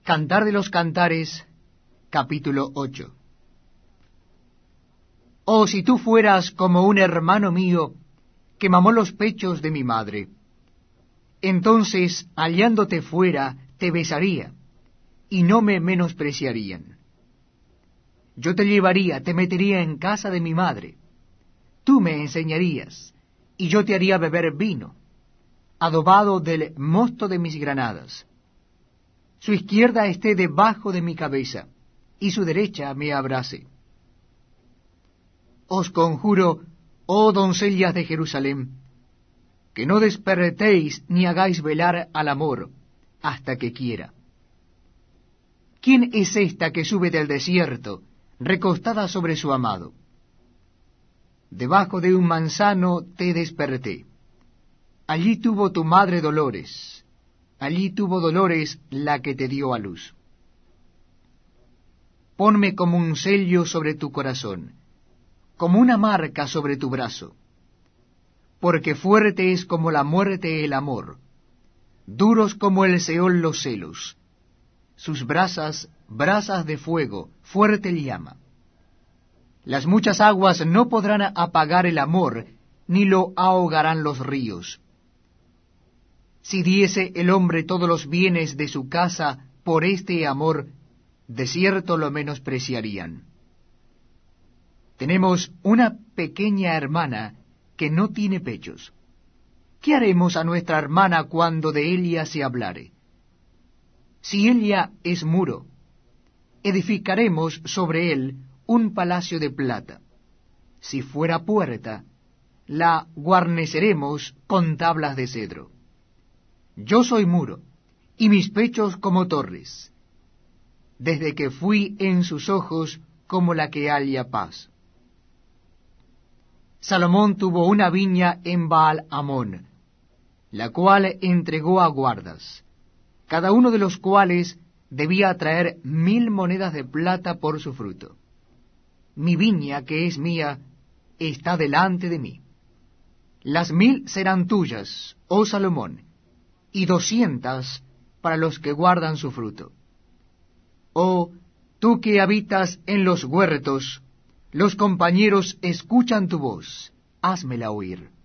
Cantar de los Cantares, capítulo 8. Oh, si tú fueras como un hermano mío que mamó los pechos de mi madre, entonces, hallándote fuera, te besaría, y no me menospreciarían. Yo te llevaría, te metería en casa de mi madre. Tú me enseñarías, y yo te haría beber vino, adobado del mosto de mis granadas. Su izquierda esté debajo de mi cabeza, y su derecha me abrace. Os conjuro, oh doncellas de Jerusalén, que no despertéis ni hagáis velar al amor, hasta que quiera. ¿Quién es esta que sube del desierto, recostada sobre su amado? Debajo de un manzano te desperté. Allí tuvo tu madre dolores, allí tuvo dolores la que te dio a luz. Ponme como un sello sobre tu corazón, como una marca sobre tu brazo, porque fuerte es como la muerte el amor, duros como el Seol los celos, sus brasas, brasas de fuego, fuerte llama. Las muchas aguas no podrán apagar el amor, ni lo ahogarán los ríos. Si diese el hombre todos los bienes de su casa por este amor, de cierto lo menospreciarían. Tenemos una pequeña hermana que no tiene pechos. ¿Qué haremos a nuestra hermana cuando de ella se hablare? Si ella es muro, edificaremos sobre él un palacio de plata. Si fuera puerta, la guarneceremos con tablas de cedro. Yo soy muro, y mis pechos como torres, desde que fui en sus ojos como la que halla paz. Salomón tuvo una viña en Baal-Amón, la cual entregó a guardas, cada uno de los cuales debía traer 1000 monedas de plata por su fruto. Mi viña, que es mía, está delante de mí. Las 1000 serán tuyas, oh Salomón, y 200 para los que guardan su fruto. Oh, tú que habitas en los huertos, los compañeros escuchan tu voz, házmela oír.